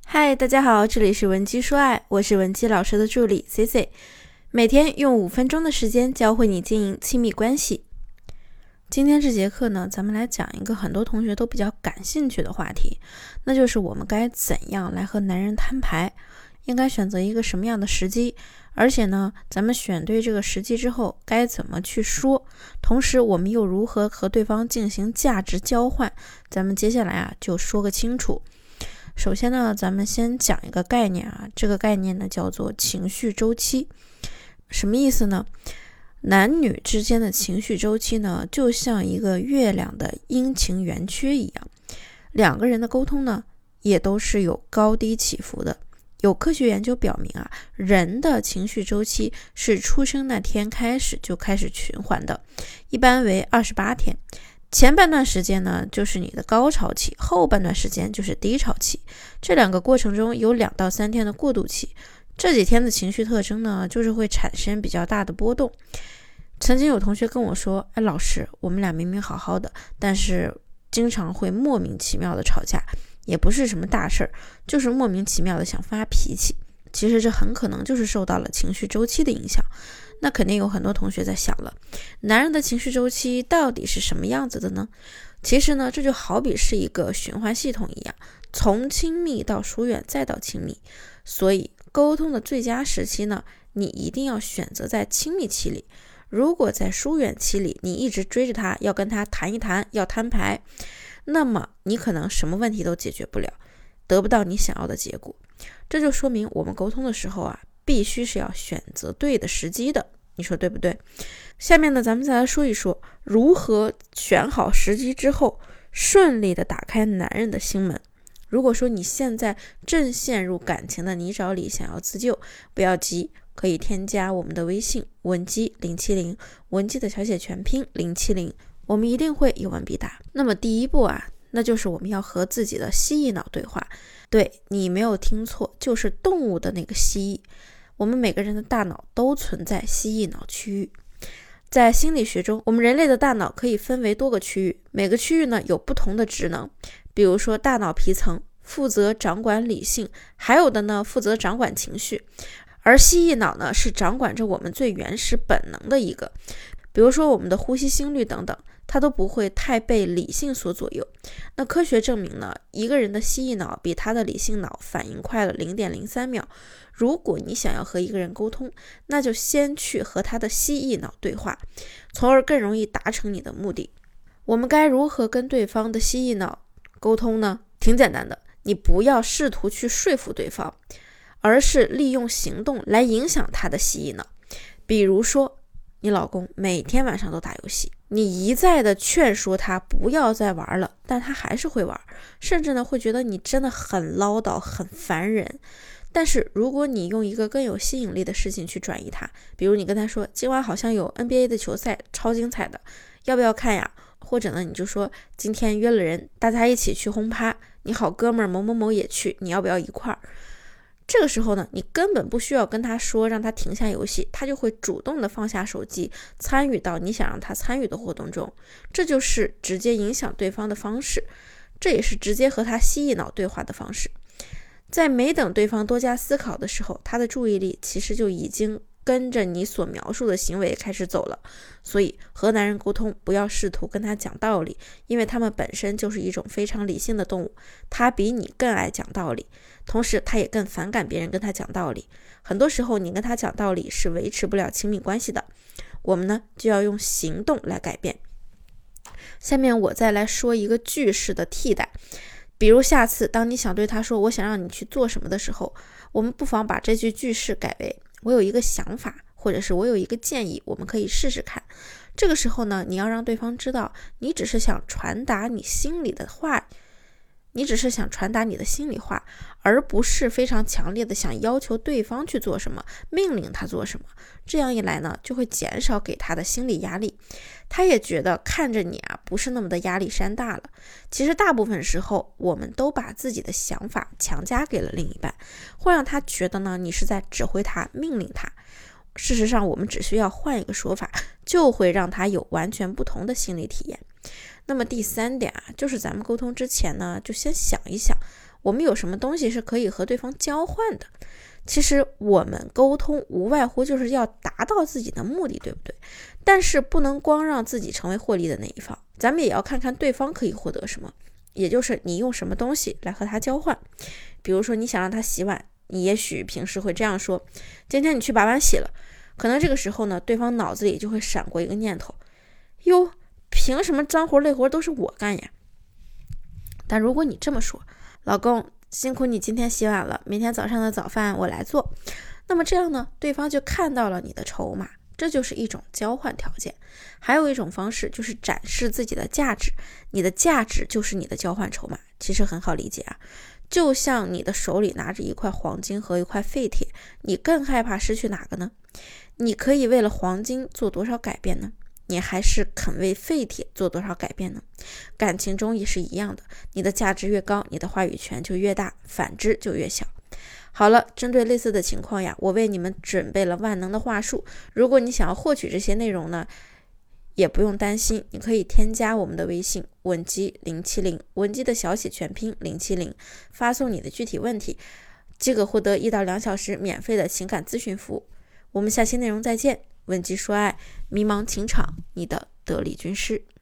嗨，大家好，这里是文姬说爱，我是文姬老师的助理 CC， 每天用5分钟的时间教会你经营亲密关系。今天这节课呢，咱们来讲一个很多同学都比较感兴趣的话题，那就是我们该怎样来和男人摊牌，应该选择一个什么样的时机，而且呢，咱们选对这个时机之后该怎么去说，同时我们又如何和对方进行价值交换，咱们接下来就说个清楚。首先呢，咱们先讲一个概念这个概念呢叫做情绪周期。什么意思呢？男女之间的情绪周期呢，就像一个月亮的阴晴圆缺一样，两个人的沟通呢，也都是有高低起伏的。有科学研究表明人的情绪周期是出生那天开始就开始循环的，一般为28天。前半段时间呢，就是你的高潮期，后半段时间就是低潮期。这两个过程中有2到3天的过渡期。这几天的情绪特征呢，就是会产生比较大的波动。曾经有同学跟我说，老师，我们俩明明好好的，但是经常会莫名其妙的吵架，也不是什么大事儿，就是莫名其妙的想发脾气。其实这很可能就是受到了情绪周期的影响。那肯定有很多同学在想了，男人的情绪周期到底是什么样子的呢？其实呢，这就好比是一个循环系统一样，从亲密到疏远再到亲密。所以沟通的最佳时期呢，你一定要选择在亲密期里。如果在疏远期里，你一直追着他，要跟他谈一谈，要摊牌，那么你可能什么问题都解决不了，得不到你想要的结果。这就说明我们沟通的时候必须是要选择对的时机的，你说对不对？下面呢，咱们再来说一说如何选好时机之后顺利的打开男人的心门。如果说你现在正陷入感情的泥沼里，想要自救，不要急，可以添加我们的微信文姬070，文姬的小写全拼070，我们一定会有问必答。那么第一步那就是我们要和自己的蜥蜴脑对话。对，你没有听错，就是动物的那个蜥蜴。我们每个人的大脑都存在蜥蜴脑区域。在心理学中，我们人类的大脑可以分为多个区域，每个区域呢有不同的职能。比如说大脑皮层负责掌管理性，还有的呢负责掌管情绪，而蜥蜴脑呢是掌管着我们最原始本能的一个。比如说我们的呼吸、心率等等，它都不会太被理性所左右。那科学证明呢，一个人的蜥蜴脑比他的理性脑反应快了 0.03 秒。如果你想要和一个人沟通，那就先去和他的蜥蜴脑对话，从而更容易达成你的目的。我们该如何跟对方的蜥蜴脑沟通呢？挺简单的，你不要试图去说服对方，而是利用行动来影响他的蜥蜴脑。比如说你老公每天晚上都打游戏，你一再的劝说他不要再玩了，但他还是会玩，甚至呢会觉得你真的很唠叨，很烦人。但是如果你用一个更有吸引力的事情去转移他，比如你跟他说今晚好像有 NBA 的球赛，超精彩的，要不要看呀？或者呢你就说今天约了人，大家一起去轰趴，你好哥们儿某某某也去，你要不要一块儿？这个时候呢，你根本不需要跟他说让他停下游戏，他就会主动的放下手机，参与到你想让他参与的活动中。这就是直接影响对方的方式，这也是直接和他蜥蜴脑对话的方式。在没等对方多加思考的时候，他的注意力其实就已经跟着你所描述的行为开始走了。所以和男人沟通，不要试图跟他讲道理，因为他们本身就是一种非常理性的动物，他比你更爱讲道理，同时他也更反感别人跟他讲道理。很多时候你跟他讲道理是维持不了亲密关系的，我们呢就要用行动来改变。下面我再来说一个句式的替代。比如下次当你想对他说我想让你去做什么的时候，我们不妨把这句句式改为我有一个想法，或者是我有一个建议，我们可以试试看。这个时候呢，你要让对方知道你只是想传达你心里的话，而不是非常强烈的想要求对方去做什么，命令他做什么。这样一来呢，就会减少给他的心理压力，他也觉得看着你不是那么的压力山大了。其实大部分时候我们都把自己的想法强加给了另一半，会让他觉得呢你是在指挥他，命令他。事实上我们只需要换一个说法，就会让他有完全不同的心理体验。那么第3点就是咱们沟通之前呢，就先想一想我们有什么东西是可以和对方交换的。其实我们沟通无外乎就是要达到自己的目的，对不对？但是不能光让自己成为获利的那一方，咱们也要看看对方可以获得什么，也就是你用什么东西来和他交换。比如说你想让他洗碗，你也许平时会这样说，今天你去把碗洗了。可能这个时候呢，对方脑子里就会闪过一个念头，哟，凭什么脏活累活都是我干呀？但如果你这么说，老公，辛苦你今天洗碗了，明天早上的早饭我来做，那么这样呢，对方就看到了你的筹码，这就是一种交换条件。还有一种方式就是展示自己的价值，你的价值就是你的交换筹码，其实很好理解啊。就像你的手里拿着一块黄金和一块废铁，你更害怕失去哪个呢？你可以为了黄金做多少改变呢？你还是肯为废铁做多少改变呢？感情中也是一样的，你的价值越高，你的话语权就越大，反之就越小。好了，针对类似的情况呀，我为你们准备了万能的话术。如果你想要获取这些内容呢，也不用担心，你可以添加我们的微信文姬070，文姬的小写全拼070，发送你的具体问题，即可获得1到2小时免费的情感咨询服务。我们下期内容再见，文姬说爱，迷茫情场，你的得力军师。